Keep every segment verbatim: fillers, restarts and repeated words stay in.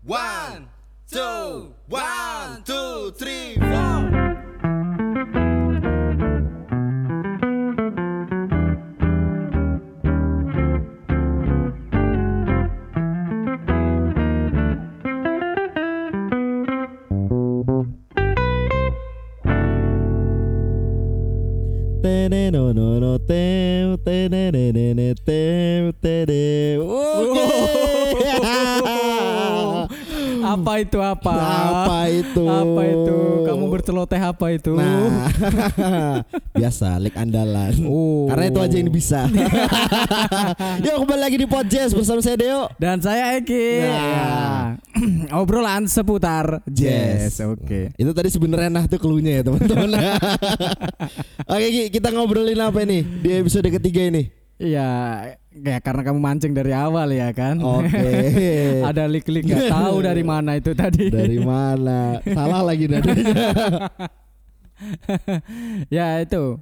One, two, one, two, three, four. No no no tem tenenene tem tere. Oke. Apa itu apa? Apa itu? Apa itu? Kamu berceloteh apa itu? Nah, biasa lik andalan. Oh. Karena itu aja yang bisa. Yuk kembali lagi di Podcast bersama saya Deo Dan saya Eki. Nah. Obrolan seputar jazz. Yes. Oke. Itu tadi sebenarnya nah tuh cluenya ya teman-teman. Oke Ki, kita ngobrolin apa nih di episode ketiga ini? Iya, ya karena kamu mancing dari awal ya kan. Oke. Ada lik-lik nggak tahu dari mana itu tadi. Dari mana? Salah lagi nadanya. Ya itu.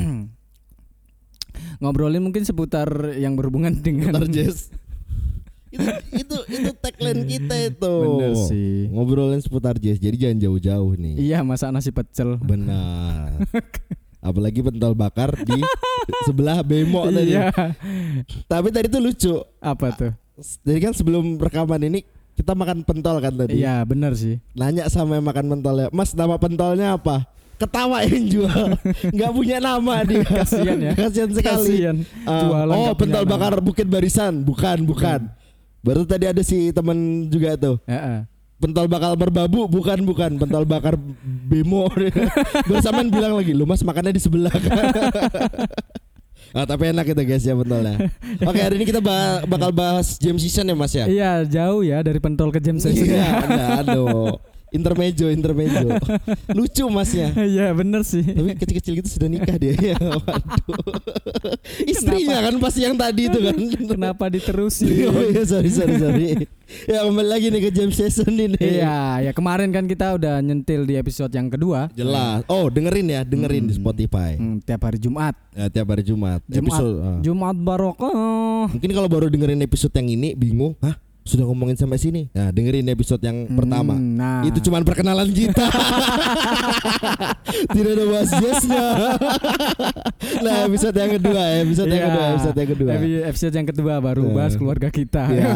Ngobrolin mungkin seputar yang berhubungan dengan seputar jazz. itu itu itu tagline kita itu. Bener sih. Ngobrolin seputar jazz. Jadi jangan jauh-jauh nih. Iya, masak nasi pecel. Benar. Apalagi pentol bakar di sebelah bemo tadi. Iya. Tapi tadi tuh lucu. Apa tuh? Jadi kan sebelum rekaman ini kita makan pentol kan tadi. Iya, benar sih. Nanya sama yang makan pentolnya, "Mas, nama pentolnya apa?" Ketawa yang jual. Enggak punya nama dia. Kasian ya. Kasian sekali. Kasian. Uh, Jualan oh, nggak pentol punya bakar nama. Bukit Barisan. Bukan, bukan. Hmm. Baru tadi ada si teman juga tuh. Heeh. Pentol bakar merbabu, bukan bukan pentol bakar bemo. Bersamaan bilang lagi, "Lu Mas makannya di sebelah kan." Ah, tapi enak itu guys ya pentolnya. Oke, hari ini kita ba- bakal bahas jam session ya Mas ya. Iya, jauh ya dari pentol ke jam session. Iya, ada, aduh. Intermezzo, intermezzo. Lucu Masnya. Iya, bener sih. Tapi kecil-kecil gitu sudah nikah dia. Ya, waduh. Istrinya kan pasti yang tadi itu kan. Kenapa diterusin? Oh iya, sorry sorry sorry. Ya kembali lagi nih ke jam session ini. Iya, ya kemarin kan kita udah nyentil di episode yang kedua. Jelas. Oh, dengerin ya, dengerin Hmm. di Spotify. Hmm, tiap hari Jumat. Ya, tiap hari Jumat. Jumat, Episode. ah. Jumat barokah. Mungkin kalau baru dengerin episode yang ini bingung, hah? Sudah ngomongin sampai sini. Nah, dengerin episode yang Hmm, pertama. nah. Itu cuman perkenalan kita. Tidak ada bahas jazznya. Nah, episode yang kedua, episode yang Iya. kedua, episode yang kedua. Epi- Episode yang kedua baru Nah. bahas keluarga kita. Ya.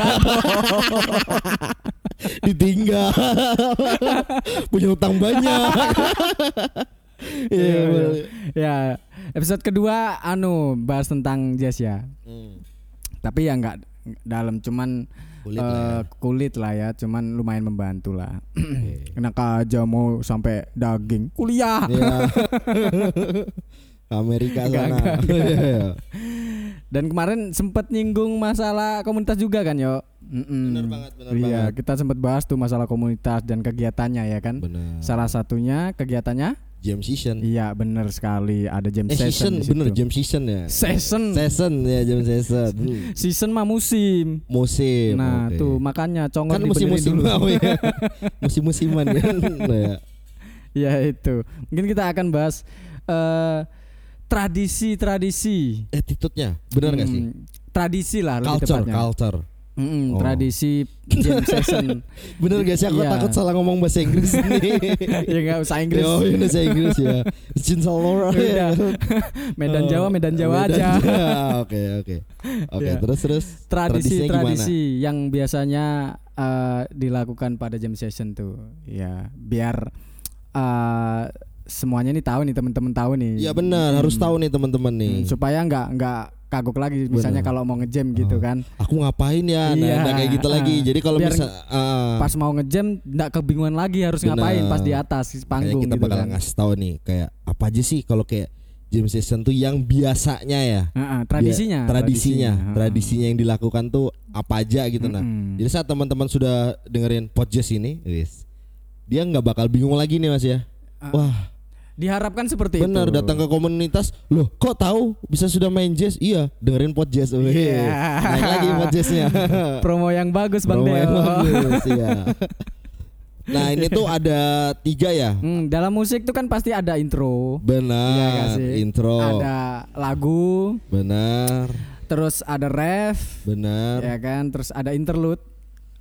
Ditinggal. Punya utang banyak. Iya, boleh. Ya, episode kedua anu bahas tentang jazz ya. Hmm. Tapi ya enggak dalam, cuman Kulit eh, lah ya. kulit lah ya, cuman lumayan membantu lah. Oke. Enak aja mau sampai daging kuliah. Iya. Ke Amerika Enggak, sana. enggak, enggak. Iya. Dan kemarin sempat nyinggung masalah komunitas juga kan yo. Mm-mm. Benar banget, benar Iya, banget. kita sempat bahas tuh masalah komunitas dan kegiatannya ya kan. Benar. Salah satunya kegiatannya, Jam session. iya benar sekali ada jam Eh, session. season, di situ. bener jam session ya. Session. Session ya, jam session. Hmm. Season mah musim. Musim. Nah, oke. tuh makanya congor Kan dibenerin musim-musim dulu. oh, ya. Musim-musiman kan. Nah, ya. Ya itu. Mungkin kita akan bahas eh, tradisi-tradisi. Attitude-nya benar enggak sih? Hmm, Tradisi lah lebih Culture, tepatnya. culture. Mm-mm, Oh. Tradisi jam session. Bener gak sih? Aku Iya. takut salah ngomong bahasa Inggris nih. Ya nggak usah Inggris. Oh, ini bahasa Inggris ya. Cinsalora. Udah. Medan Jawa, Medan Jawa Medan aja. Jawa. Oke, oke. Oke, Ya. terus terus tradisinya gimana? Tradisi-tradisi yang biasanya eh, dilakukan pada jam session tuh, ya biar eh, semuanya nih tahu nih, teman-teman tahu nih. Iya benar, harus tahu nih teman-teman nih. Hmm, supaya nggak nggak kagok lagi, misalnya Benar. kalau mau ngejam gitu Oh. kan. Aku ngapain ya? Nah, Iya, nah, kayak gitu ah. lagi. Jadi kalau Biar bisa ah, Pas mau ngejam nggak kebingungan lagi harus Benar. ngapain pas di atas kayak panggung kita gitu bakal kan. ngasih tahu nih kayak apa aja sih kalau kayak jam session tuh yang biasanya ya. Heeh, tradisinya, Bia- tradisinya, Heeh. tradisinya yang dilakukan tuh apa aja gitu nah. Mm-mm. Jadi saat teman-teman sudah dengerin podcast ini, wis, dia nggak bakal bingung lagi nih Mas ya. Ah, Wah, Diharapkan seperti benar itu. datang ke komunitas, loh kok tahu bisa sudah main jazz? Iya, dengerin podcast. Wih, Iya. naik lagi podcastnya. Promo yang bagus Bang Promo Deo. yang bagus, iya. Nah ini tuh ada tiga ya. Hmm, dalam musik tuh kan pasti ada intro. Iya nggak Benar, sih? intro. Ada lagu, Benar, terus ada ref, benar. ya kan, terus ada interlude.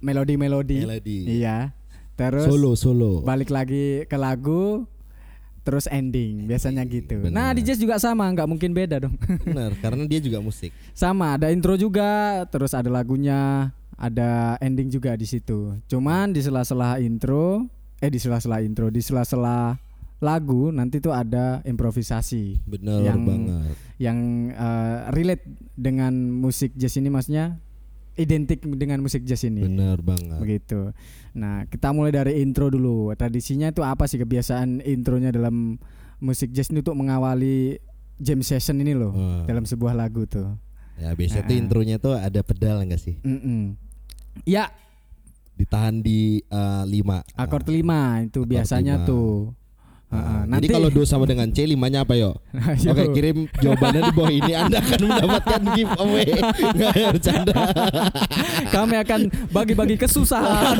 melodi-melodi. Melodi. Iya. Terus Solo solo. balik lagi ke lagu, terus ending. Biasanya gitu. Bener. Nah di jazz juga sama, nggak mungkin beda dong. Benar, karena dia juga musik. Sama, ada intro juga, terus ada lagunya, ada ending juga di situ. Cuman di sela-sela intro, eh di sela-sela intro, di sela-sela lagu nanti tuh ada improvisasi. Bener yang, banget. Yang uh, relate dengan musik jazz ini, maksudnya identik dengan musik jazz ini. Bener banget. Begitu. Nah, kita mulai dari intro dulu. Tradisinya itu apa sih kebiasaan intronya dalam musik jazz ini untuk mengawali jam session ini loh, Hmm. dalam sebuah lagu tuh. Ya biasanya tuh Nah. intronya tuh ada pedal enggak sih? Mm-mm. Ya, Ditahan di uh, lima. akord lima itu Akord biasanya lima. tuh. Nah, Uh, jadi kalau do sama dengan C, limanya apa yo? Ayo. Oke, kirim jawabannya di bawah ini. Anda akan mendapatkan giveaway. Nggak ya, bercanda. Kami akan bagi-bagi kesusahan.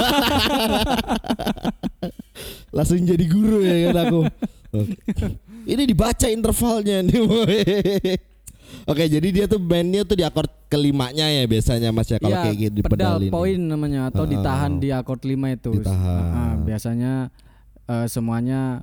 Langsung jadi guru ya kan aku. Ini dibaca intervalnya nih boy. Oke, jadi dia tuh bandnya tuh di akord kelimanya ya biasanya Mas ya, kalau Iya, kayak gitu di pedal pedal ini. poin namanya, atau Uh-uh. ditahan di akord lima itu. Ditahan. Uh-uh, biasanya uh, semuanya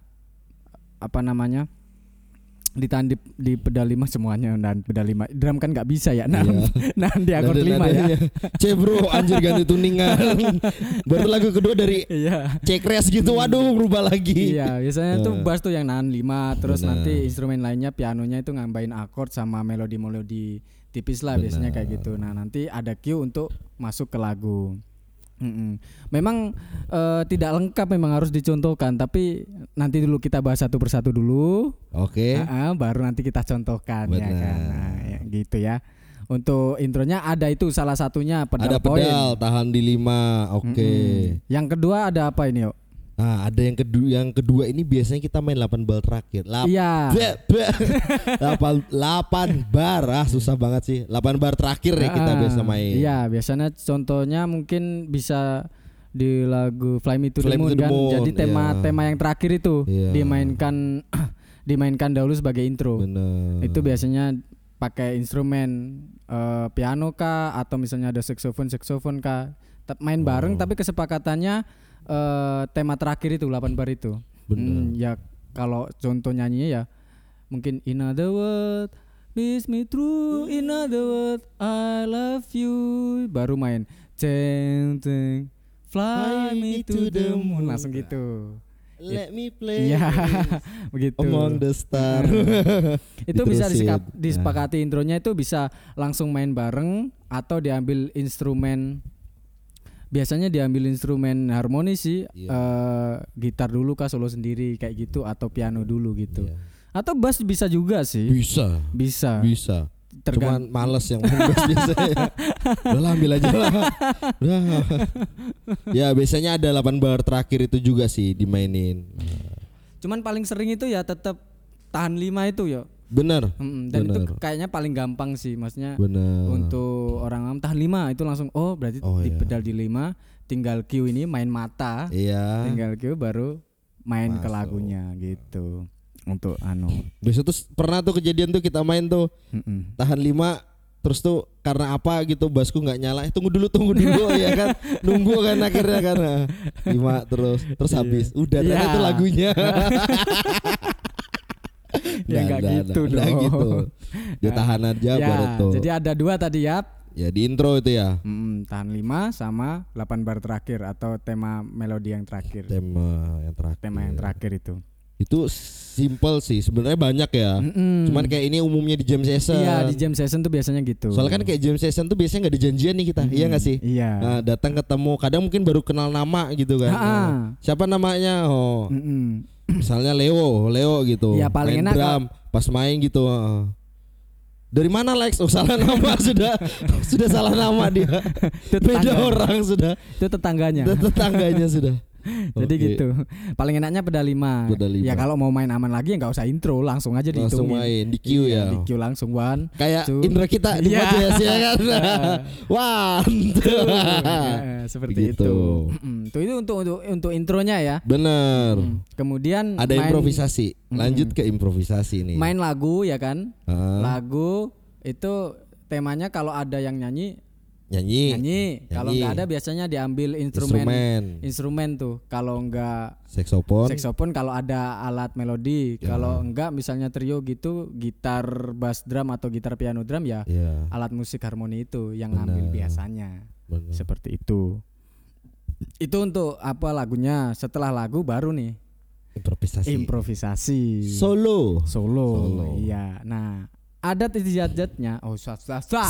apa namanya? Ditahan di, di pedal lima semuanya, dan pedal lima drum kan nggak bisa ya, nah, Iya. nah di akord lima ya. C bro, anjir ganti tuningan. Baru lagu kedua dari Iya. C crash gitu, waduh berubah lagi. Iya, biasanya tuh Uh. bass tuh yang nahan lima, terus Benar. nanti instrumen lainnya pianonya itu ngambain akord sama melodi-melodi tipis lah. Benar. Biasanya kayak gitu. Nah, nanti ada cue untuk masuk ke lagu. Mm-mm. Memang eh, tidak lengkap, memang harus dicontohkan, tapi nanti dulu kita bahas satu persatu dulu. Oke. Ah, ah, baru nanti kita contohkan ya Benar. kan. Nah, ya, gitu ya. Untuk intronya ada itu salah satunya pedal Ada poin. pedal tahan di lima. Oke. Mm-mm. Yang kedua ada apa ini, yuk? Nah, ada yang kedua, yang kedua ini biasanya kita main delapan bar terakhir. Lap- Iya. Be- be- delapan delapan bar, ah susah banget sih. delapan bar terakhir ya kita Ah, biasa main. Iya, biasanya contohnya mungkin bisa di lagu Fly Me to the Fly Me Moon to the kan. Moon, Jadi tema iya. tema yang terakhir itu Iya. dimainkan dimainkan dahulu sebagai intro. Bener. Itu biasanya pakai instrumen eh, piano kah, atau misalnya ada saxophone saxophone kah. Tep- Main bareng, Oh. tapi kesepakatannya eh, tema terakhir itu delapan bar itu. Bener. Hmm, ya kalau contoh nyanyinya ya mungkin in other words, miss me through, in other words, I love you, baru main ceng ceng fly me to the moon, langsung gitu. Let me play Iya, begitu. among the star. Itu bisa Diterusin. disikap, disepakati intronya itu bisa langsung main bareng atau diambil instrumen. Biasanya diambil instrumen harmonis sih, Iya. eh, gitar dulu kah, solo sendiri kayak gitu, atau piano dulu gitu. Iya. Atau bass bisa juga sih. Bisa. Bisa. Bisa. Tergan- Cuman males yang main bass biasanya. Udah lah, ambil aja lah. Udah. Ya biasanya ada delapan bar terakhir itu juga sih dimainin. Cuman paling sering itu ya tetap tahan lima itu ya. Bener. Mm-mm, dan Bener. itu kayaknya paling gampang sih, maksudnya Bener. untuk orang awam tahan lima itu langsung oh berarti Oh, di iya. pedal di lima, tinggal cue ini main mata, Iya. tinggal cue baru main ke Masuk. lagunya gitu. Untuk anu. Biasa tuh pernah tuh kejadian tuh kita main tuh Mm-mm. tahan lima, terus tuh karena apa gitu basku nggak nyala. Eh, tunggu dulu tunggu dulu ya kan. Nunggu kan akhirnya kan. Nah, lima terus terus Iya. habis. Udah ternyata Iya. itu lagunya. Ya nggak gitu nggak dong. gitu. Dia tahan aja Ya, baru tuh. jadi ada dua tadi ya. Ya di intro itu ya. Mm, tahan lima sama delapan bar terakhir atau tema melodi yang terakhir. Tema yang terakhir. Tema yang terakhir itu. Itu simple sih. Sebenarnya banyak ya. Mm-mm. Cuman kayak ini umumnya di jam session. Iya, di jam session tuh biasanya gitu. Soalnya kan kayak jam session tuh biasanya nggak ada janjian nih kita. Iya nggak sih? Iya. Nah, datang ketemu, kadang mungkin baru kenal nama gitu kan. Ah. Nah, siapa namanya? Oh, Mm-mm. misalnya Leo, Leo gitu. Iya, paling main enak drum, pas main gitu. heeh. Dari mana Lex? Oh salah nama sudah, sudah salah nama dia. Itu Beda tetangga. orang sudah, Itu tetangganya. tetangganya sudah. Jadi Oke. gitu. Paling enaknya pedal lima. Pedal lima. Ya kalau mau main aman lagi ya nggak usah intro, langsung aja Langsung dihitungin. main di queue Iya, ya. Di queue langsung one. Kayak two. intro kita di Iya. podcast ya kan. One, two. Ya, seperti Begitu. itu. Mm-mm. Tuh itu untuk untuk untuk intronya ya. Bener. Mm. Kemudian Ada main- improvisasi. Lanjut ke improvisasi nih. Main lagu ya kan? Heeh. Lagu itu temanya kalau ada yang nyanyi Nyanyi. Nyanyi. Kalau Nyanyi. nggak ada biasanya diambil instrumen Instrumen. instrumen tuh. Kalau nggak Saksofon. saksofon, kalau ada alat melodi. Ya. Kalau enggak misalnya trio gitu, gitar bass drum atau gitar piano drum ya Iya. alat musik harmoni itu yang Benar. ngambil biasanya. Benar. Seperti itu. Itu untuk apa lagunya. Setelah lagu baru nih Improvisasi. improvisasi. Solo. Solo. Solo. Iya. Nah, adat istiadatnya. Oh, sah sah sah.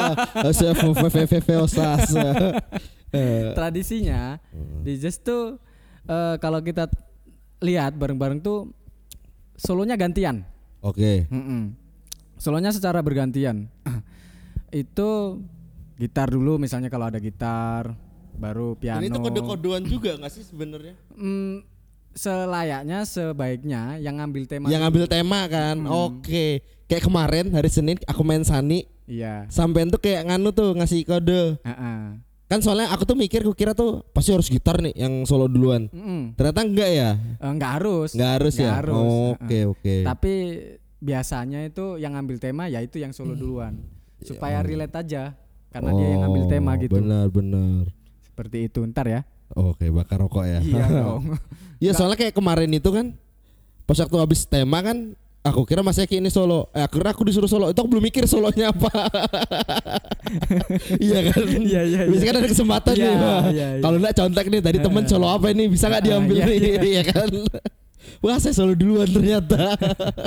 Tradisinya di jazz tuh eh, kalau kita lihat bareng-bareng tuh solonya gantian. Oke. Mm-mm. Solonya secara bergantian. Itu gitar dulu misalnya kalau ada gitar, baru piano. Ini tuh kode-kodean juga nggak sih sebenarnya? Mm, selayaknya sebaiknya yang ngambil tema. Yang ngambil tema kan. Hmm. Oke. Kayak kemarin hari Senin aku main Sani. Iya. Sampean tuh kayak nganu tuh ngasih kode. Heeh. Kan soalnya aku tuh mikir, aku kira tuh pasti harus gitar nih yang solo duluan. Mm-mm. Ternyata enggak ya? Eh, nggak harus. Enggak harus Nggak ya? harus. Oke, Heeh. oke. Tapi biasanya itu yang ngambil tema ya itu yang solo duluan. Supaya relate aja karena dia yang ngambil tema gitu. Benar, benar. Seperti itu ntar ya. Oke, bakar rokok ya. Iya dong. Iya, soalnya kayak kemarin itu kan pas waktu habis tema kan aku kira Mas Eki ini solo. Eh, akhirnya aku disuruh solo. Itu aku belum mikir solonya apa. Iya kan? Iya, iya, iya. Biasanya kan ada kesempatan Iya, nih. Wah. iya, iya. Kalau enggak contek nih tadi temen solo apa ini bisa enggak diambil Iya, nih? iya. Iya kan? Wah, saya solo duluan ternyata.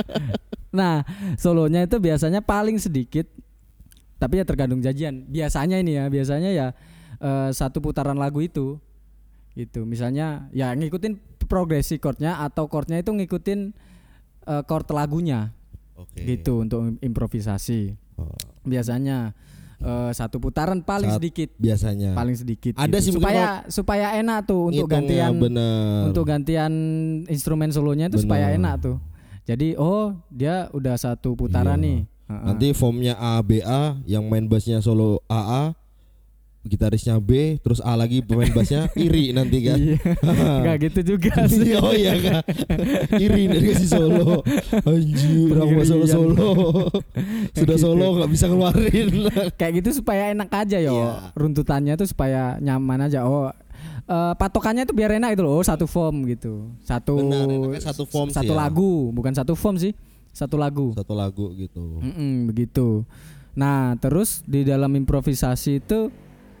Nah, solonya itu biasanya paling sedikit, tapi ya tergantung jajian. Biasanya ini ya, biasanya ya eh, satu putaran lagu itu, gitu. Misalnya ya ngikutin progresi chordnya atau chordnya itu ngikutin eh, chord lagunya, Oke. gitu untuk improvisasi. Oh. Biasanya eh, satu putaran paling Saat- sedikit, Biasanya. paling sedikit. Ada gitu. sih mungkin supaya supaya enak tuh untuk Ngitungnya gantian, bener. untuk gantian instrumen solonya itu supaya Bener. enak tuh. Jadi oh dia udah satu putaran Iya. nih. Heeh. Nanti formnya A B A, yang main bassnya solo A A, gitarisnya B, terus A lagi pemain bassnya iri nanti kan. Iya. Enggak gitu juga sih. Oh iya kan. Iri dari si solo. Anjir, aku nggak solo solo. Sudah Gitu. solo nggak bisa ngeluarin. Kayak gitu supaya enak aja yo. Iya. Runtutannya tuh supaya nyaman aja. Oh eh, patokannya tuh biar enak itu loh. Oh satu form gitu. Satu Benar, enaknya satu form sih satu ya. lagu, bukan satu form sih. Satu lagu. Satu lagu gitu. Mm-mm, begitu. Nah, terus di dalam improvisasi itu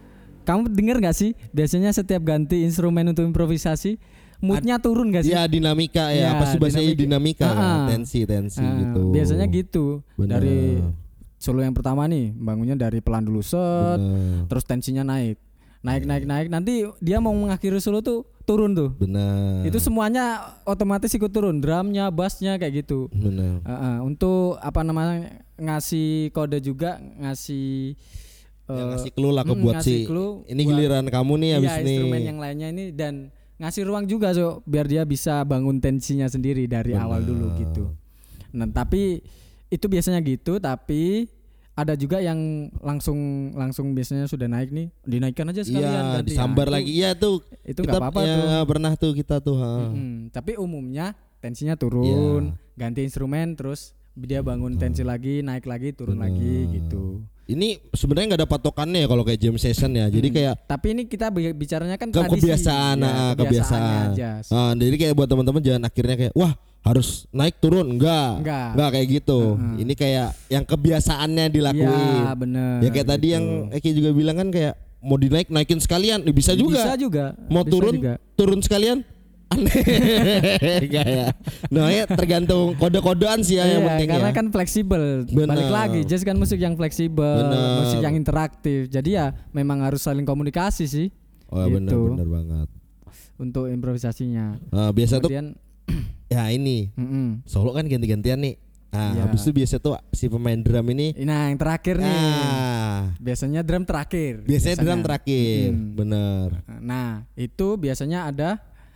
kamu denger gak sih biasanya setiap ganti instrumen untuk improvisasi moodnya turun gak sih? Iya, dinamika ya, Iya, apa sih bahasanya dinamika, dinamika. kan? Ah. tensi tensi Ah, gitu. Biasanya gitu. Benar. Dari solo yang pertama nih, bangunnya dari pelan dulu set, Benar. terus tensinya naik. Naik naik naik nanti dia mau mengakhiri solo tuh turun tuh. Benar. Itu semuanya otomatis ikut turun, drumnya, bassnya kayak gitu. Benar. Uh, uh, untuk apa namanya ngasih kode juga ngasih Ya, uh, ngasih clue lah ke mm, buat ngasih si clue ini buat- giliran kamu nih habis iya, nih. instrumen yang lainnya ini dan ngasih ruang juga so biar dia bisa bangun tensinya sendiri dari Benar. awal dulu gitu. Nah tapi itu biasanya gitu tapi ada juga yang langsung langsung biasanya sudah naik nih dinaikkan aja sekalian Iya, ganti. disambar Nah, lagi. itu- Iya tuh. itu kita nggak apa-apa ya, tuh. pernah tuh kita tuh. ha. Mm-mm. Tapi umumnya tensinya turun, Iya. ganti instrumen terus dia bangun tensi lagi, naik lagi, turun Benar. lagi gitu. Ini sebenarnya nggak ada patokannya ya kalau kayak jam session ya. Jadi Hmm. kayak Tapi ini kita bi- bicaranya kan ke- tradisi, kebiasaan, ya, nah, kebiasaannya kebiasaan. aja. Ah, jadi kayak buat teman-teman jangan akhirnya kayak wah harus naik turun enggak. Enggak. kayak gitu. Mm-mm. Ini kayak yang kebiasaannya dilakuin. Ya bener. Ya kayak tadi gitu. yang Eki juga bilang kan kayak mau dinaik naikin sekalian, ya bisa juga. Bisa juga. Mau bisa turun juga. turun sekalian aneh. Enggak ya. Nah, ya tergantung kode-kodean sih ya yang Iya, penting karena ya. kan fleksibel. Bener. Balik lagi, jazz kan musik yang fleksibel, Bener. musik yang interaktif. Jadi ya memang harus saling komunikasi sih Oh benar gitu. benar banget. untuk improvisasinya. Nah, biasa tuh Kemudian ya ini mm-mm. solo kan ganti-gantian nih. Nah, Iya. habis itu biasa tuh si pemain drum ini Nah, yang terakhir nih. nah, Biasanya drum terakhir. biasanya drum terakhir. Hmm. Bener. Nah, itu biasanya ada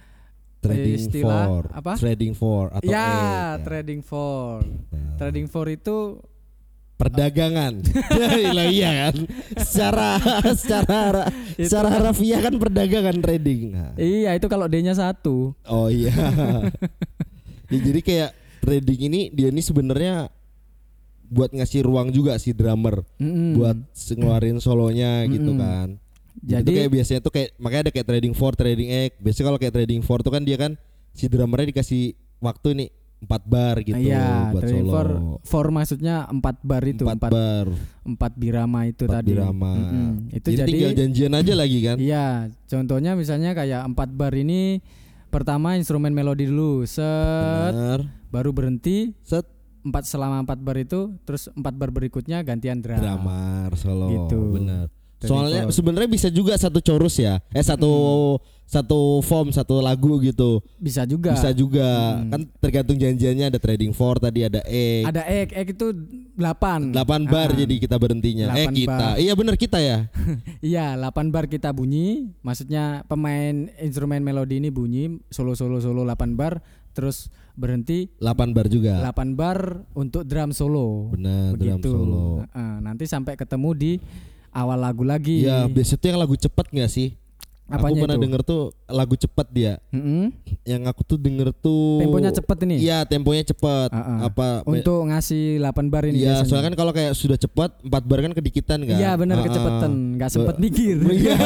Trading istilah for apa? trading for atau ya, eh, ya. trading for. Nah, Trading for itu perdagangan. Lah iya kan. Secara secara Itu secara kan- harfiah kan perdagangan trading. Nah. iya, itu kalau D-nya satu. Oh iya. Ya, jadi kayak trading ini dia ini sebenarnya buat ngasih ruang juga si drummer Mm-mm. buat ngeluarin solonya gitu Mm-mm. kan. Jadi itu kayak biasanya tuh kayak makanya ada kayak trading four, trading eight. Biasanya kalau kayak trading four tuh kan dia kan si drummernya dikasih waktu nih empat bar gitu iya, buat trading solo. four, four maksudnya empat bar itu, empat empat bar, empat birama itu empat tadi. birama. Mm-mm. Itu Jadi jadi tinggal janjian aja lagi kan. iya, contohnya misalnya kayak empat bar ini pertama instrumen melodi dulu, set, Benar. baru berhenti, Set empat selama empat bar itu, terus empat bar berikutnya gantian drum. drummer solo. Gitu. Benar. Trading Soalnya four. sebenarnya bisa juga satu chorus ya. Eh satu Hmm. satu form, satu lagu gitu. Bisa juga. Bisa juga. Hmm. Kan tergantung janjiannya ada trading four tadi ada E. Ada ek, ek itu delapan. delapan bar Ah. jadi kita berhentinya. Eh delapan kita. bar. Iya benar kita ya. Iya, delapan bar kita bunyi, maksudnya pemain instrumen melodi ini bunyi solo solo solo delapan bar, terus berhenti delapan bar juga. delapan bar untuk drum solo. Benar, drum Begitu. solo. Heeh, nanti sampai ketemu di awal lagu lagi. Iya, biasanya tuh yang lagu cepet nggak sih? Apanya aku pernah itu? denger tuh lagu cepet dia. Mm-mm. Yang aku tuh denger tuh Temponya cepet ini. Iya, temponya cepet. Uh-uh. Apa? Untuk ngasih delapan bar ini Iya, biasanya. soalnya kan kalau kayak sudah cepat empat bar kan kedikitan kan. Iya benar Ah, kecepetan, nggak sempet Be- mikir. Iya.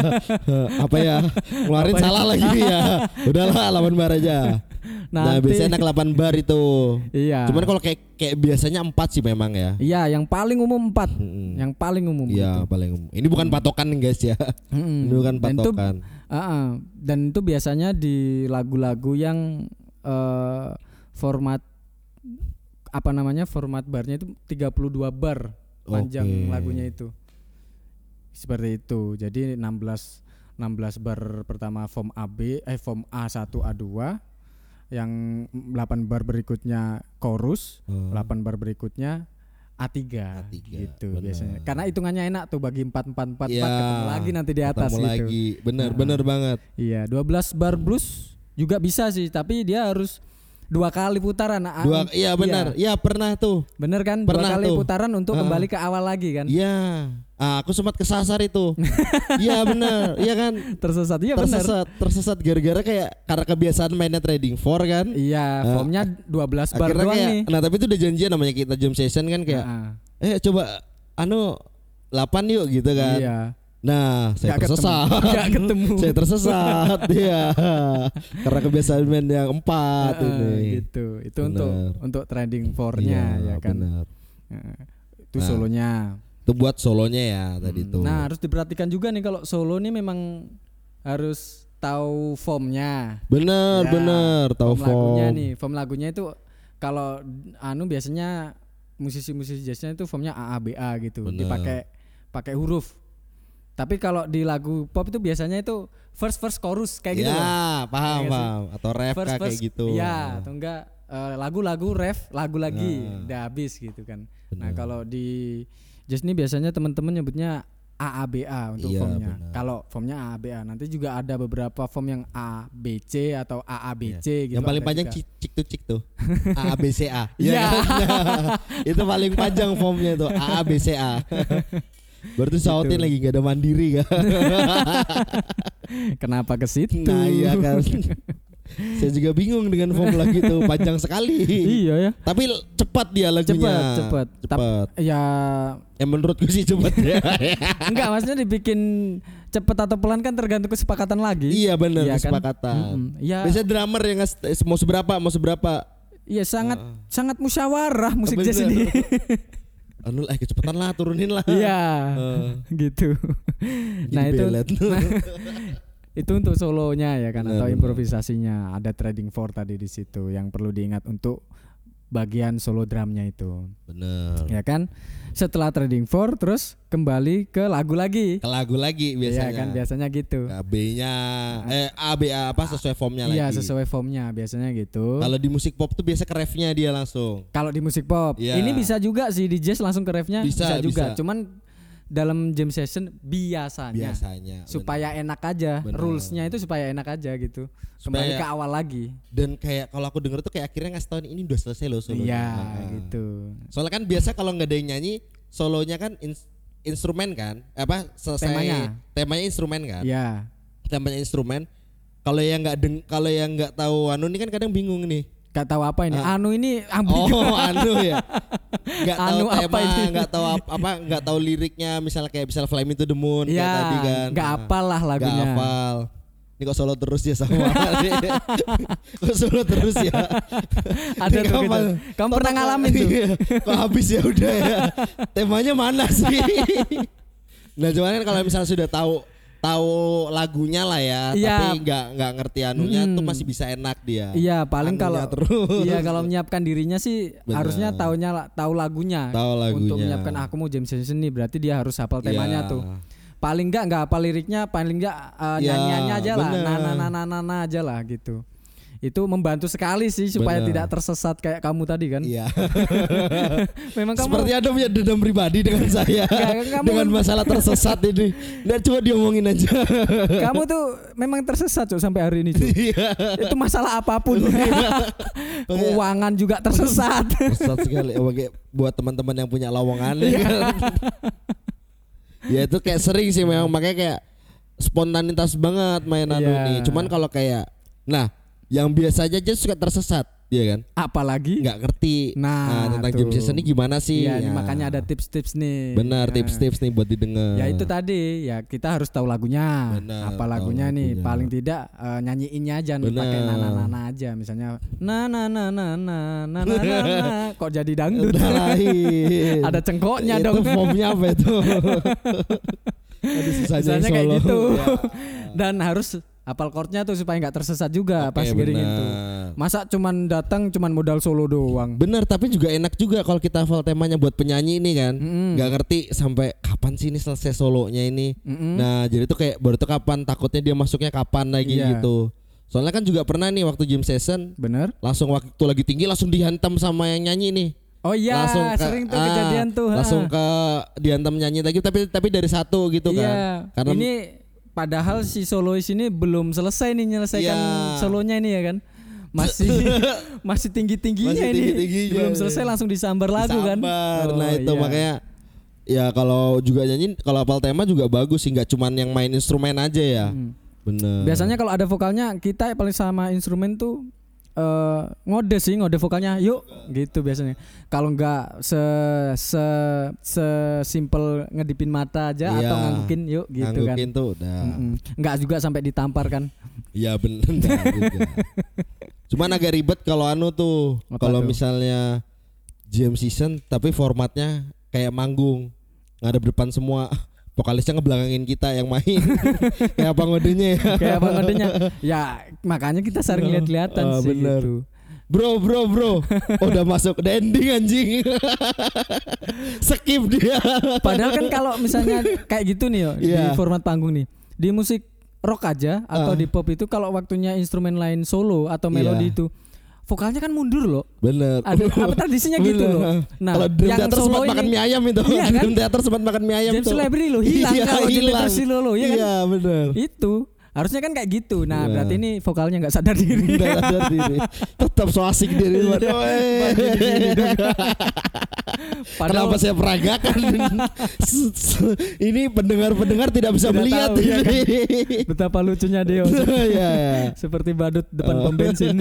Apa ya? Ngeluarin Apa ya? salah lagi ya. Udahlah delapan bar aja. Nah, Nanti- biasanya enak delapan bar itu. Iya. Cuman kalau kayak kayak biasanya empat sih memang ya. Iya, yang paling umum empat. Mm-mm. Yang paling umum Iya, gitu. paling umum. Ini bukan patokan nih guys ya. Mm-mm. Ini bukan Dan itu, patokan. uh-uh. dan itu biasanya di lagu-lagu yang eh, format apa namanya format barnya itu tiga puluh dua bar panjang Oke. lagunya itu. Seperti itu. Jadi enam belas enam belas bar pertama form A B eh form A satu A dua, yang delapan bar berikutnya chorus, Hmm. delapan bar berikutnya A tiga, A tiga, gitu benar. biasanya. Karena hitungannya enak tuh bagi empat empat empat Iya, ketemu lagi nanti di atas ketemu gitu. lagi. Bener, Nah. bener banget. Iya, dua belas bar blues juga bisa sih, tapi dia harus dua kali putaran. Ah, Dua, iya benar. Iya pernah tuh. Bener kan? Pernah dua kali tuh. putaran untuk Ah. kembali ke awal lagi kan? Iya. Ah, aku sempat kesasar itu. Iya benar. Iya kan? Tersesat, iya bener. Tersesat, tersesat gara-gara kayak karena kebiasaan mainnya trading four kan. Iya, Ah, formnya dua belas bar Akhirnya doang kayak, nih. nah tapi itu udah janjian namanya kita jam session kan kayak, Ah, eh coba anu delapan yuk gitu kan. iya. Nah, saya Nggak tersesat. ketemu. Nggak ketemu. Saya tersesat, iya. Karena kebiasaan main yang empat Ah, ini. gitu. Itu Bener. untuk untuk trending four-nya Iya, ya kan. benar. Ah, itu Nah, solonya. Itu buat solonya ya tadi Hmm. tuh. Nah, harus diperhatikan juga nih kalau solo nih memang harus tahu formnya. bener, Ya, bener, tahu form lagunya form. nih, form lagunya itu kalau anu biasanya musisi-musisi jazznya itu formnya A A B A gitu, Bener. dipakai pakai huruf. Tapi kalau di lagu pop itu biasanya itu first first chorus kayak gitu loh. Ya, paham, Iya nggak sih? paham. Atau ref First kah, kayak verse, gitu. Iya, Nah, atau enggak eh, lagu-lagu ref, lagu lagi, Nah. udah habis gitu kan. Nah, bener. kalau di jazz ini biasanya teman-teman nyebutnya A A B A untuk Iya, formnya. benar. Kalau formnya A A B A, nanti juga ada beberapa form yang A B C atau A A B C gitu. Yang paling ada panjang juga. cik, cik tuh cik tuh. A A B C A. Iya. kan? Itu paling panjang formnya tuh A A B C A. Berarti sautin Gitu. lagi gak ada mandiri kan. Kenapa ke situ? Nah iya kan. Saya juga bingung dengan formula gitu, panjang sekali. Iya ya. Tapi l- cepat dia lagunya. Cepat, cepat. Cepat. Ya Ya menurutku sih cepat ya. enggak, maksudnya dibikin cepet atau pelan kan tergantung kesepakatan lagi. Iya benar, Iya kan? kesepakatan. Mm-mm. Iya. Biasanya drummer yang ngas- eh, mau seberapa, mau seberapa. Iya sangat Ah. sangat musyawarah musik Bener. jazz ini. Anu eh kecepatan lah, turunin lah. Iya. Eh, Gitu. jadi Nah, itu belet. itu untuk solonya ya kan, Benar, atau benar. improvisasinya. Ada trading four tadi di situ yang perlu diingat untuk bagian solo drumnya itu. Bener. Ya kan? Setelah trading four terus kembali ke lagu lagi. Ke lagu lagi biasanya. Iya kan, biasanya gitu. K B-nya eh A B A apa sesuai formnya lagi. Iya, sesuai formnya biasanya gitu. Kalau di musik pop tuh biasa ke refnya dia langsung. Kalau di musik pop, Iya. ini bisa juga sih di jazz langsung ke refnya Bisa, bisa, juga. bisa. Cuman dalam jam session biasanya, Biasanya. supaya enak aja, Bener. rulesnya itu supaya enak aja gitu. Kembali Supaya- ke awal lagi. Dan kayak kalau aku denger tuh kayak akhirnya ngasih tau ini udah selesai loh solonya. Iya, Nah, gitu. Soalnya kan biasa kalau nggak ada yang nyanyi, solonya kan ins- instrumen kan, apa selesai Temanya. temanya instrumen kan, Iya. temanya instrumen. Kalau yang nggak deng, kalau yang nggak tahu anu ini kan kadang bingung nih. Gak tahu apa ini. Ah. Anu ini ambigu. Oh, anu ya. Gak tahu Anu apa tema, ini? gak tahu apa, apa, gak tahu liriknya. Misalnya kayak misalnya Fly Me to the Moon kayak Ya, tadi kan. gak Nah, apal lah lagunya. Gak hafal. Ini kok solo terus ya sama. Kok solo terus ya. Ada Ini tuh kapan? gitu. Kamu Kok- pernah kok- ngalamin tuh? iya. Kok habis ya udah ya. Temanya mana sih? Nah cuman kan kalau misalnya sudah tahu tahu lagunya lah ya, Iya. tapi nggak nggak ngerti anunya Hmm. tuh masih bisa enak dia. Iya, paling Anunya kalau terus. iya kalau menyiapkan dirinya sih Benar. harusnya taunya la- tahu lagunya. Tahu lagunya. Untuk menyiapkan aku mau jam session nih berarti dia harus hafal temanya Iya. tuh. Paling enggak enggak hafal liriknya, paling enggak uh, Ya, nyanyiannya aja lah. bener. Na na na na na na aja lah gitu. Itu membantu sekali sih supaya Bener. tidak tersesat kayak kamu tadi kan. Iya. Memang kamu Seperti ada punya dendam pribadi dengan saya. Enggak, kamu- dengan masalah tersesat ini. Nah coba diomongin aja. kamu tuh memang tersesat Cuk, sampai hari ini Cuk. Iya. Itu masalah apapun. Keuangan juga tersesat. Tersesat sekali. Oke, buat teman-teman yang punya lowongan ya kan. Ya itu kayak sering sih memang, makanya kayak spontanitas banget main anu Iya. nih. Cuman kalau kayak nah, yang biasa aja aja suka tersesat, ya kan? Apalagi Nggak ngerti Nah, tentang tuh. jam session ini gimana sih? Iya, ini Ya. makanya ada tips-tips nih. Benar, Nah, tips-tips nih buat didengar. Ya itu tadi, ya kita harus tahu lagunya. Benar, Apa tahu lagunya nih? lagunya. Paling tidak eh, nyanyiinnya aja nih pakai Benar. nana nana aja misalnya. Na na na na na na na na, na. Kok jadi dangdut? Udah lain. Ada cengkoknya Itu dong. formnya apa itu? Aduh, susahnya Misalnya kayak solo. gitu. Ya. Dan harus hafal chordnya tuh supaya nggak tersesat juga Oke, pas giringin benar. tuh. Masa cuman datang cuman modal solo doang. Bener, tapi juga enak juga kalau kita hafal temanya buat penyanyi ini kan. Mm-mm. Nggak ngerti sampai kapan sih ini selesai solonya ini. Mm-mm. Nah jadi tuh kayak baru tuh kapan, takutnya dia masuknya kapan lagi Iya. gitu. Soalnya kan juga pernah nih waktu jam session Bener? langsung waktu lagi tinggi langsung dihantam sama yang nyanyi nih. Oh iya, langsung ke- sering tuh ah, kejadian tuh. ha. Langsung ke dihantam nyanyi lagi tapi tapi dari satu gitu Iya. kan. Karena Ini padahal si solois ini belum selesai nih menyelesaikan Iya. solonya ini ya kan. Masih masih tinggi-tingginya Masih ini. tinggi-tingginya, belum iya. selesai langsung disambar lagu kan. disambar. Oh, Nah itu iya. makanya ya kalau juga nyanyi kalau hafal tema juga bagus sih, nggak cuman yang main instrumen aja ya. Hmm. Bener. Biasanya kalau ada vokalnya kita paling sama instrumen tuh eh, ngode sih, ngode vokalnya yuk gitu biasanya. Kalau enggak se se se simple ngedipin mata aja Iya. atau nganggukin yuk gitu kan. Nganggukin tuh udah. Mm-mm. Enggak juga sampai ditampar kan. Iya bener nggak juga. Cuman agak ribet kalau anu tuh. Apa Kalau tuh? misalnya jam session tapi formatnya kayak manggung, ngadep depan semua. Vokalisnya ngebelakangin kita yang main. Kayak apa ngodenya ya? Kayak apa ngodenya? Ya makanya kita sering lihat-lihatan Oh, sih bener. gitu. Bro bro bro udah masuk udah ending anjing. Skip dia. Padahal kan kalau misalnya kayak gitu nih yo di Iya. format panggung nih. Di musik rock aja atau Ah. di pop itu kalau waktunya instrumen lain solo atau melodi Iya. itu vokalnya kan mundur loh. Bener. Ada apa tradisinya gitu Bener. loh. Nah, Kalau Dream yang Theater solo sempat makan ini- mie ayam itu. Iya kan? Dream Theater sempat makan mie ayam James tuh. Celebrity loh hilang Iya, kalau di hilang. Peter Silo loh, ya kan? Iya bener. Itu harusnya kan kayak gitu. Nah, Iya. berarti ini vokalnya nggak sadar diri. Nggak sadar diri. Tetap so asik diri. Iya. Waduh, eh. Makin gini dong. Padahal Kenapa saya peragakan? Ini pendengar-pendengar tidak bisa Tidak melihat tahu, ya ini. betapa lucunya Deo. Iya, iya. Seperti badut depan Oh. pom bensin.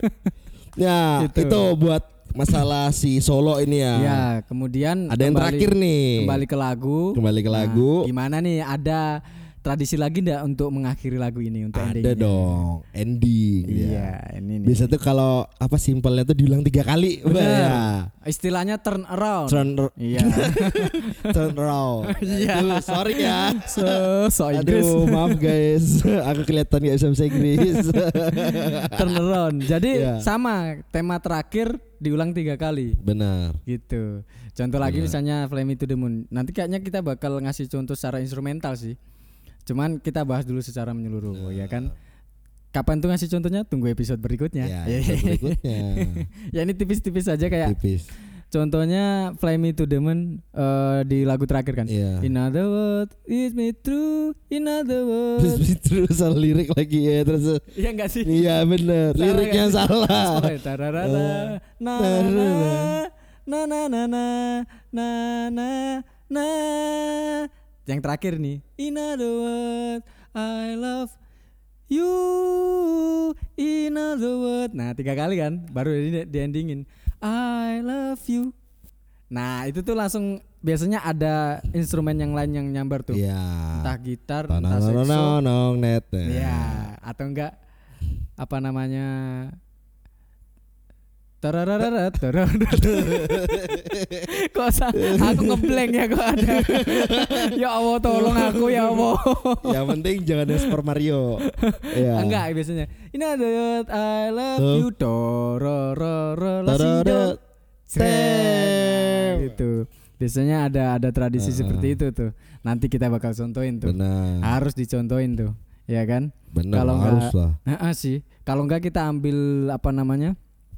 Ya, Gitu. itu buat masalah si solo ini ya. Ya, kemudian Ada yang kembali- terakhir nih. Kembali ke lagu. Kembali ke Nah, lagu. gimana nih? Ada tradisi lagi ndak untuk mengakhiri lagu ini untuk Ada endingnya? dong, ending. Iya, ya. ini nih. Biasa tuh kalau apa simpelnya tuh diulang tiga kali. Bener. Ya. Istilahnya turn around. Turn, Iya. turn around. Iya. Aduh, sorry ya. So, so Inggris. Aduh, maaf guys. Aku kelihatan gak bisa bahasa Inggris. Turn around. Jadi Iya. sama tema terakhir diulang tiga kali. Benar. Gitu. Contoh lagi Benar. misalnya Fly Me to the Moon. Nanti kayaknya kita bakal ngasih contoh secara instrumental sih. Cuman kita bahas dulu secara menyeluruh, ya kan? Kapan tuh ngasih contohnya? Tunggu episode berikutnya. Ya, episode berikutnya. Ya ini tipis-tipis aja kayak Tipis. contohnya Fly Me to the Moon eh, di lagu terakhir kan. Iya. In other words, it's me true. In other words. Terus terus salah lirik lagi ya terus. Iya enggak sih? Iya bener, Salah liriknya nggak sih? salah. Pokoknya tararara, na na na na na na na na na. Yang terakhir nih, in other words, I love you. In another word. Nah tiga kali kan, baru di, di endingin I love you. Nah itu tuh langsung biasanya ada instrumen yang lain yang nyambar tuh. Iya. Entah gitar, entah saxo. Tananananong net. Iya, atau enggak apa namanya? Tararararat, tarararat. Kok sa- aku ngeblank ya kok ada. Ya Allah tolong aku ya Allah. Yang penting jangan ada Super Mario. Iya. Enggak biasanya. Ini ada I love Tuh. you do ro ro ro la si do. Tararat. Nah, gitu. Biasanya ada ada tradisi Uh-uh. seperti itu tuh. Nanti kita bakal contohin tuh. Benar. Harus dicontohin tuh. Ya kan? Benar Kalau harus enggak- lah. Heeh sih. Kalau enggak kita ambil apa namanya?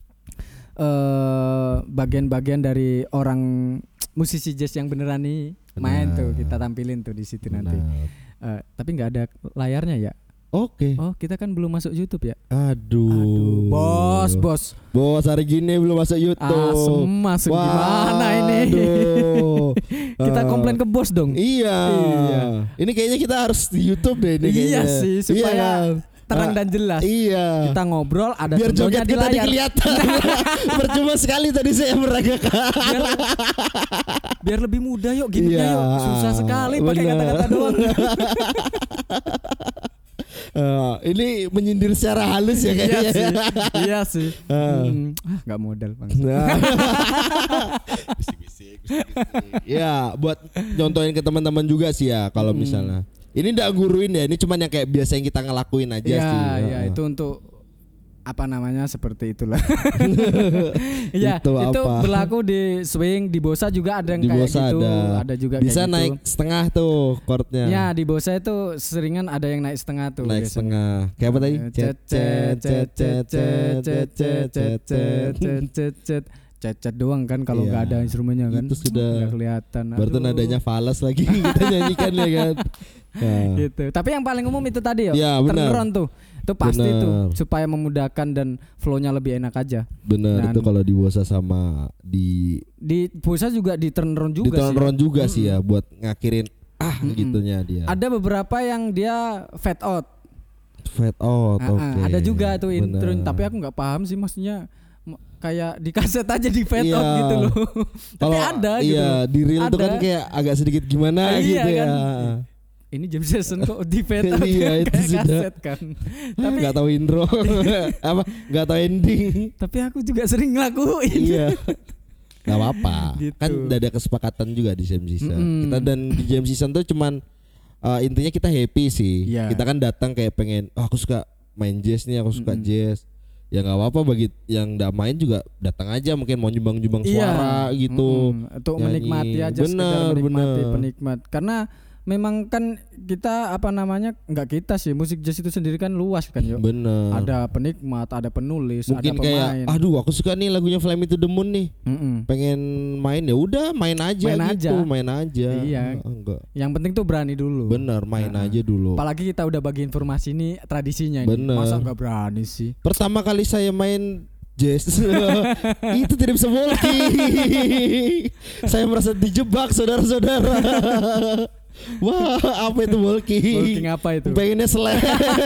eh bagian-bagian dari orang musisi jazz yang beneran nih main Benar. tuh, kita tampilin tuh di situ nanti. Benar. Eh, tapi nggak ada layarnya ya? Oke. Oh kita kan belum masuk YouTube ya? Aduh. Aduh, bos, bos. Bos hari gini belum masuk YouTube. Asem masuk gimana ini? Aduh. Kita Eh, komplain ke bos dong. Iya. Iya. Ini kayaknya kita harus di YouTube deh ini Iya kayaknya. sih, supaya Iya kan? terang Ah, dan jelas. Iya. Kita ngobrol ada Biar contohnya joget di kita layar. kelihatan. Percuma sekali tadi saya meragakan. Biar, biar lebih mudah yuk gimmicknya Iya, yuk. Susah sekali pakai benar. kata-kata doang. Eh, ini menyindir secara halus ya Iya kayaknya. sih. Iya sih. Ah. Hmm, ah, nggak modal bang. Nah. Bisik-bisik, bisik-bisik. Ya, buat nyontohin ke teman-teman juga sih ya kalau Hmm. misalnya. Ini enggak guruin ya, ini cuman yang kayak biasa yang kita ngelakuin aja Iya, sih. iya Heeh. itu untuk apa namanya seperti itulah. Iya, Itu itu, apa? berlaku di swing, di bossa juga ada yang Di kayak bossa gitu, ada. juga Bisa kayak naik gitu. setengah tuh chordnya. Ya, di bossa itu seringan ada yang naik setengah tuh. naik biasanya. setengah. Kayak apa tadi? Cet cet cet cet cet cet cet cet cet cet cet cet doang kan kalau Iya. nggak ada instrumennya kan. Itu sudah. Nggak kelihatan. Baru tuh Aduh. nadanya falas lagi kita nyanyikan ya kan. Nah. Gitu. Tapi yang paling umum itu tadi ya. Ya, benar. Turn around tuh. Itu pasti Benar. tuh supaya memudahkan dan flow-nya lebih enak aja. Bener Dan- itu kalau di bossa sama di Di bossa juga di turn around di juga sih. turn juga sih ya buat ngakhirin ah Mm-mm. gitunya dia. Ada beberapa yang dia fade out. Fade out. Ah, ah, Oke. Ada juga tuh intro, Bener. tapi aku nggak paham sih maksudnya m- kayak di kaset aja di fade Iya. out gitu loh. Tapi Kalau ada gitu. iya di real itu kan Ada. kayak agak sedikit gimana Ah, iya gitu ya. kan. Ini jam session kok di fade out Iya, itu kayak sudah. kaset kan. Tapi Nggak tahu intro apa nggak tahu ending. tapi aku juga sering ngelakuin. Iya. Gak apa-apa. Gitu. Kan udah ada kesepakatan juga di jam season. Mm-mm. Kita dan di jam season tuh cuman uh, intinya kita happy sih. Iya. Kita kan datang kayak pengen, oh, aku suka main jazz nih, aku suka Mm-mm. jazz. Ya nggak apa-apa bagi yang nggak main juga datang aja mungkin mau nyumbang-nyumbang Iya. suara gitu. Mm-mm. Untuk nyanyi. menikmati aja sekedar Bener, menikmati bener. penikmat. Karena memang kan kita apa namanya nggak kita sih musik jazz itu sendiri kan luas kan yuk. Bener. Ada penikmat, ada penulis, mungkin ada kayak, pemain. aduh aku suka nih lagunya Fly Me to the Moon nih. Mm-mm. Pengen main ya udah main aja Main gitu, aja. main aja. Iya. Enggak. Yang penting tuh berani dulu. Bener, main Nah, aja dulu. Apalagi kita udah bagi informasi ini tradisinya ini. Bener. Masa nggak berani sih? Pertama kali saya main jazz itu tidak bisa walking. Saya merasa dijebak saudara-saudara. Wah, apa itu walking? Walking apa itu? Pengennya slap.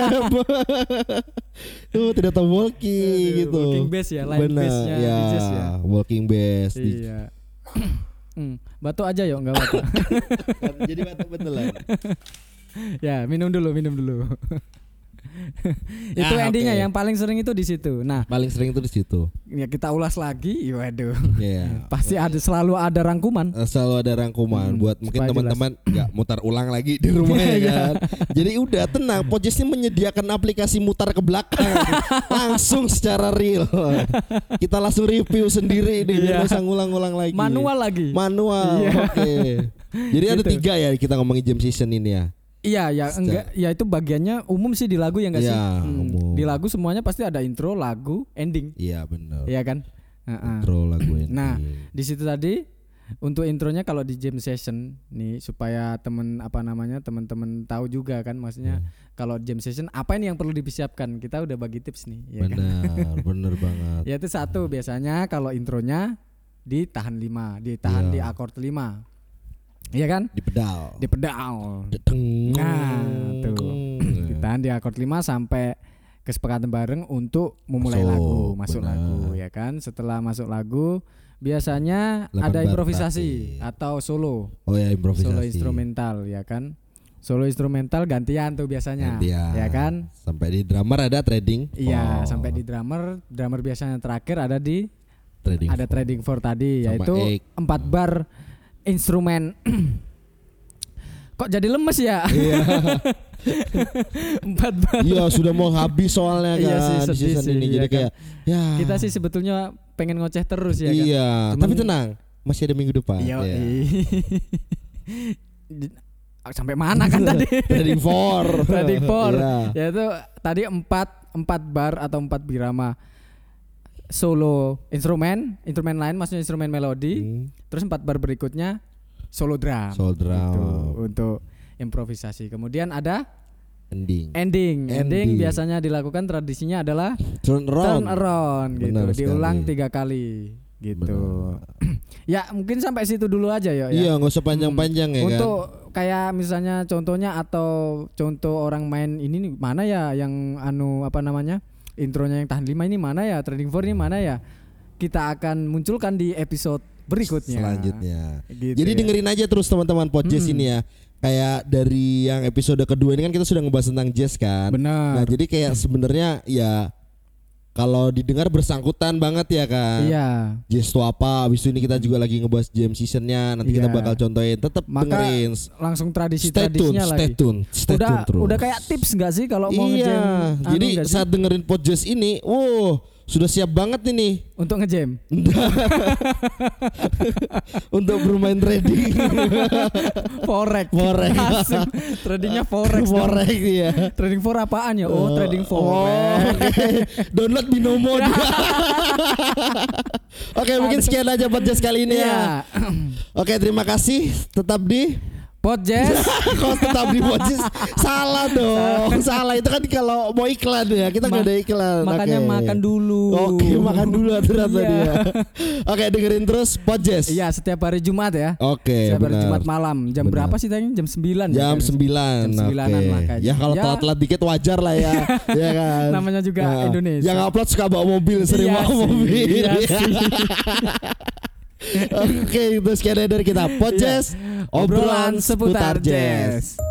Tuh tidak tahu walking Aduh, gitu. walking bass ya, line Benar, bass-nya ya, di jazz ya. walking bass. Di- Iya. Hmm, batuk aja yuk nggak batuk. Jadi batuk beneran. Ya minum dulu, minum dulu. Itu Ah, endingnya oke. yang paling sering itu di situ. Nah, Paling sering itu di situ. ya kita ulas lagi. Waduh. Iya. Pasti ada selalu ada rangkuman. Eh, Selalu ada rangkuman Hmm, buat mungkin supaya teman-teman nggak mutar ulang lagi di rumah ya Iya. kan. Jadi udah tenang, Podjazz ini menyediakan aplikasi mutar ke belakang langsung secara real. Kita langsung review sendiri nih, Iya. nggak usah ngulang-ngulang lagi. Manual lagi. Manual. Iya. Oke. Jadi ada Gitu. tiga ya kita ngomongin jam season ini ya. Iya, ya Secara- enggak, ya itu bagiannya umum sih di lagu ya enggak sih? Iya, umum. Di lagu semuanya pasti ada intro, lagu, ending. Iya benar. Iya kan? Heeh. Intro lagu ini. Nah, di situ tadi untuk intronya kalau di jam session nih supaya temen apa namanya teman-teman tahu juga kan maksudnya Iya. kalau jam session apa ini yang perlu dipersiapkan kita udah bagi tips nih ya kan? Benar, benar banget. Ya itu satu biasanya kalau intronya ditahan lima ditahan Iya. di akord lima iya kan Di pedal. di pedal Dedeng. nah tuh ditahan di akord lima sampai kesepakatan bareng untuk memulai Masuk, lagu, masuk benar. lagu ya kan. Setelah masuk lagu biasanya delapan ada bar improvisasi praktis. atau solo, Oh ya improvisasi. solo instrumental ya kan. Solo instrumental gantian tuh biasanya, Gantian. ya kan? Sampai di drummer ada trading. Iya, Oh, sampai di drummer, drummer biasanya terakhir ada di trading. ada trading four tadi, Sama yaitu eight. empat bar instrumen. Kok jadi lemes ya? Iya. Empat bar. Iya sudah mau habis soalnya kan Iya sih, di sedih season sih, ini iya jadi kan. kayak ya. Kita sih sebetulnya pengen ngoceh terus ya kan. Iya, Cuman- tapi tenang, masih ada minggu depan. Iya. Iya. Di- Sampai mana kan tadi? Trading four. Trading four. Iya. Yaitu tadi empat empat bar atau empat birama solo instrumen, instrumen lain maksudnya instrumen melodi. Hmm, Terus empat bar berikutnya solo drum. Solo drum. Gitu, untuk improvisasi. Kemudian ada ending. ending. Ending Ending. biasanya dilakukan tradisinya adalah Turn turn around. around gitu. Benar Diulang sekali. tiga kali gitu. Ya mungkin sampai situ dulu aja ya. Iya, nggak usah panjang-panjang ya kan. Untuk kayak misalnya contohnya atau contoh orang main ini nih mana ya yang anu apa namanya intronya yang tahan lima ini mana ya, trading four ini mana ya, kita akan munculkan di episode berikutnya Selanjutnya. gitu Jadi ya. dengerin aja terus teman-teman podcast Mm-mm. ini ya. Kayak dari yang episode kedua ini kan kita sudah ngebahas tentang jazz kan. Benar. Nah, jadi kayak sebenarnya ya kalau didengar bersangkutan banget ya kan. Iya. Jazz itu apa? Habis itu ini kita juga lagi ngebahas jam seasonnya. Nanti kita Iya. bakal contohin. Tetap Maka dengerin. langsung Stay tune, tradisi-tradisinya stay lagi. tune, stay udah tune terus. udah kayak tips nggak sih kalau mau ngejam? Iya. anu Jadi nggak sih? saat dengerin podcast ini, wow, sudah siap banget ini Untuk ngejam. untuk bermain trading. Forex. Forex. Langsung tradingnya forex. dong. Forex ya. Trading for apaan ya? Oh, trading Oh, forex. oke. Download Binomo juga. Oke, mungkin sekian aja podcast kali ini ya. Iya. Oke, terima kasih. Tetap di Podcast. Kok tetap di podcast. Salah dong. Salah itu kan kalau mau iklan ya. Kita nggak Ma- ada iklan. Makanya Oke. makan dulu. Oke, makan dulu aturan Iya. tadi ya. Oke, dengerin terus podcast. Iya, setiap hari Jumat ya. Oke, Setiap hari benar. Jumat malam. Jam Benar. berapa sih tadi? Jam sembilan ya, Jam kan? sembilan. Jam sembilanan Oke. makanya. Ya kalau Ya. telat-telat dikit wajar lah ya. Ya kan. Namanya juga Nah, Indonesia. Yang upload suka bawa mobil, sering Iya bawa sih, mobil. iya sih. Oke, itu sekian dari kita podcast Obrolan seputar jazz.